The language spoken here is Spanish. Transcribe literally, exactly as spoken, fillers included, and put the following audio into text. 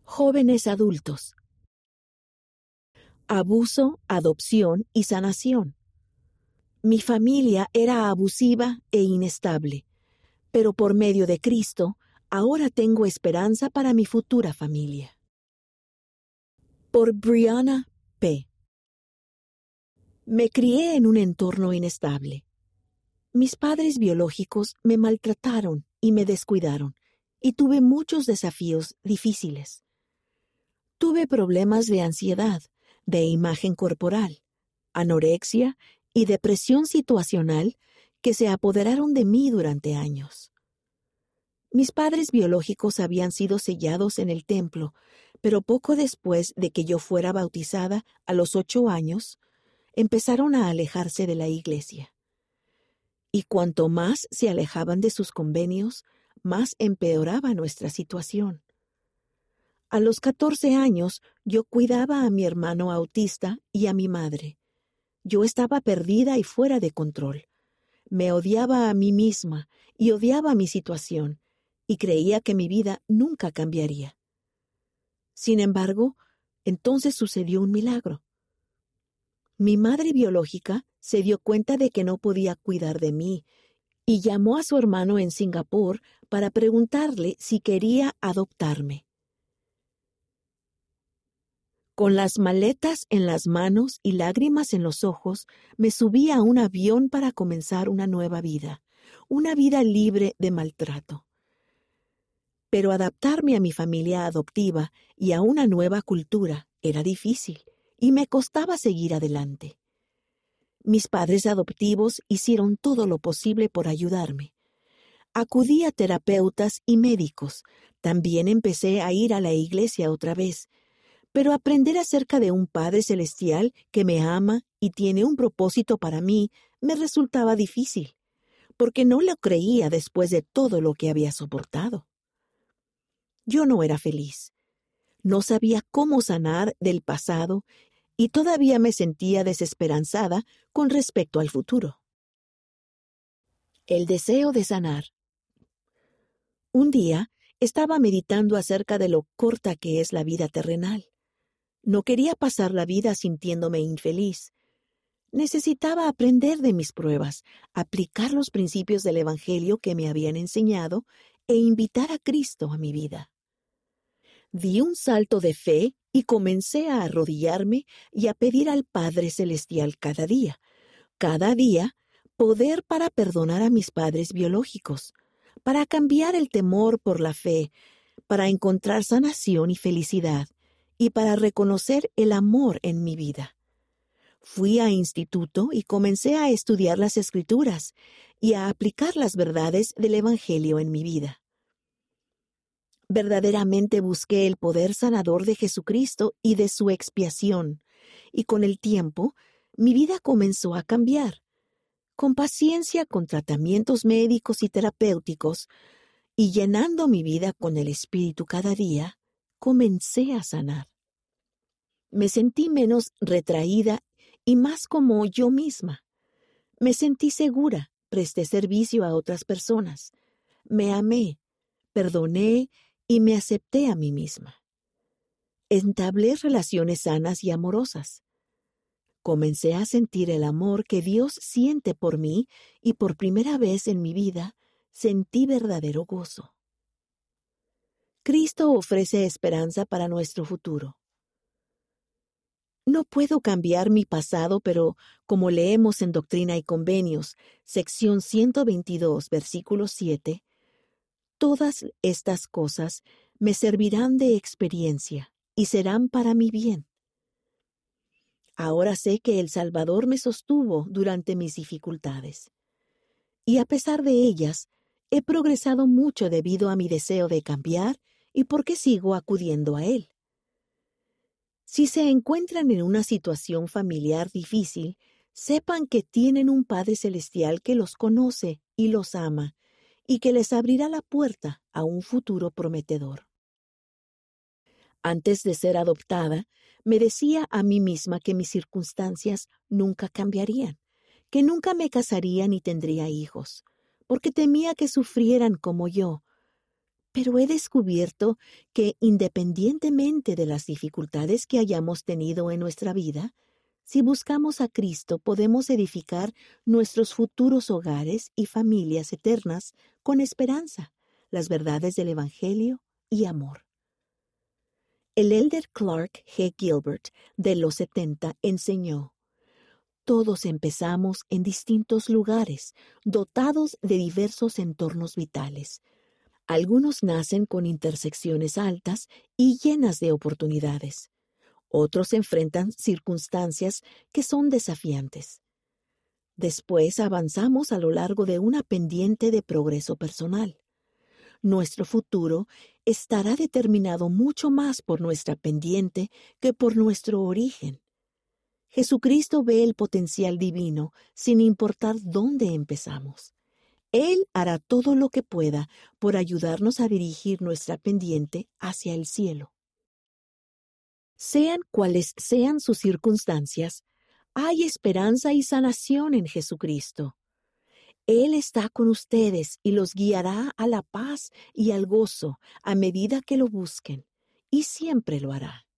Jóvenes adultos. Abuso, adopción y sanación. Mi familia era abusiva e inestable, pero por medio de Cristo, ahora tengo esperanza para mi futura familia. Por Brianna P. Me crié en un entorno inestable. Mis padres biológicos me maltrataron y me descuidaron, y tuve muchos desafíos difíciles. Tuve problemas de ansiedad, de imagen corporal, anorexia y depresión situacional que se apoderaron de mí durante años. Mis padres biológicos habían sido sellados en el templo, pero poco después de que yo fuera bautizada, a los ocho años, empezaron a alejarse de la iglesia. Y cuanto más se alejaban de sus convenios, más empeoraba nuestra situación. A los catorce años, yo cuidaba a mi hermano autista y a mi madre. Yo estaba perdida y fuera de control. Me odiaba a mí misma y odiaba mi situación, y creía que mi vida nunca cambiaría. Sin embargo, entonces sucedió un milagro. Mi madre biológica se dio cuenta de que no podía cuidar de mí y llamó a su hermano en Singapur para preguntarle si quería adoptarme. Con las maletas en las manos y lágrimas en los ojos, me subí a un avión para comenzar una nueva vida, una vida libre de maltrato. Pero adaptarme a mi familia adoptiva y a una nueva cultura era difícil y me costaba seguir adelante. Mis padres adoptivos hicieron todo lo posible por ayudarme. Acudí a terapeutas y médicos. También empecé a ir a la iglesia otra vez. Pero aprender acerca de un Padre Celestial que me ama y tiene un propósito para mí me resultaba difícil, porque no lo creía después de todo lo que había soportado. Yo no era feliz. No sabía cómo sanar del pasado y todavía me sentía desesperanzada con respecto al futuro. El deseo de sanar. Un día estaba meditando acerca de lo corta que es la vida terrenal. No quería pasar la vida sintiéndome infeliz. Necesitaba aprender de mis pruebas, aplicar los principios del Evangelio que me habían enseñado e invitar a Cristo a mi vida. Di un salto de fe y comencé a arrodillarme y a pedir al Padre Celestial cada día, cada día, poder para perdonar a mis padres biológicos, para cambiar el temor por la fe, para encontrar sanación y felicidad, y para reconocer el amor en mi vida. Fui a instituto y comencé a estudiar las Escrituras y a aplicar las verdades del Evangelio en mi vida. Verdaderamente busqué el poder sanador de Jesucristo y de su expiación, y con el tiempo mi vida comenzó a cambiar. Con paciencia, con tratamientos médicos y terapéuticos, y llenando mi vida con el Espíritu cada día, comencé a sanar. Me sentí menos retraída y más como yo misma. Me sentí segura, presté servicio a otras personas. Me amé, perdoné y me acepté a mí misma. Entablé relaciones sanas y amorosas. Comencé a sentir el amor que Dios siente por mí y por primera vez en mi vida sentí verdadero gozo. Cristo ofrece esperanza para nuestro futuro. No puedo cambiar mi pasado, pero como leemos en Doctrina y Convenios, sección ciento veintidós, versículo siete, todas estas cosas me servirán de experiencia y serán para mi bien. Ahora sé que el Salvador me sostuvo durante mis dificultades. Y a pesar de ellas, he progresado mucho debido a mi deseo de cambiar y porque sigo acudiendo a Él. Si se encuentran en una situación familiar difícil, sepan que tienen un Padre Celestial que los conoce y los ama, y que les abrirá la puerta a un futuro prometedor. Antes de ser adoptada, me decía a mí misma que mis circunstancias nunca cambiarían, que nunca me casaría ni tendría hijos, porque temía que sufrieran como yo. Pero he descubierto que independientemente de las dificultades que hayamos tenido en nuestra vida, si buscamos a Cristo podemos edificar nuestros futuros hogares y familias eternas con esperanza, las verdades del Evangelio y amor. El elder Clark G. Gilbert de los setenta enseñó: todos empezamos en distintos lugares, dotados de diversos entornos vitales. Algunos nacen con intersecciones altas y llenas de oportunidades. Otros enfrentan circunstancias que son desafiantes. Después avanzamos a lo largo de una pendiente de progreso personal. Nuestro futuro estará determinado mucho más por nuestra pendiente que por nuestro origen. Jesucristo ve el potencial divino sin importar dónde empezamos. Él hará todo lo que pueda por ayudarnos a dirigir nuestra pendiente hacia el cielo. Sean cuales sean sus circunstancias, hay esperanza y sanación en Jesucristo. Él está con ustedes y los guiará a la paz y al gozo a medida que lo busquen, y siempre lo hará.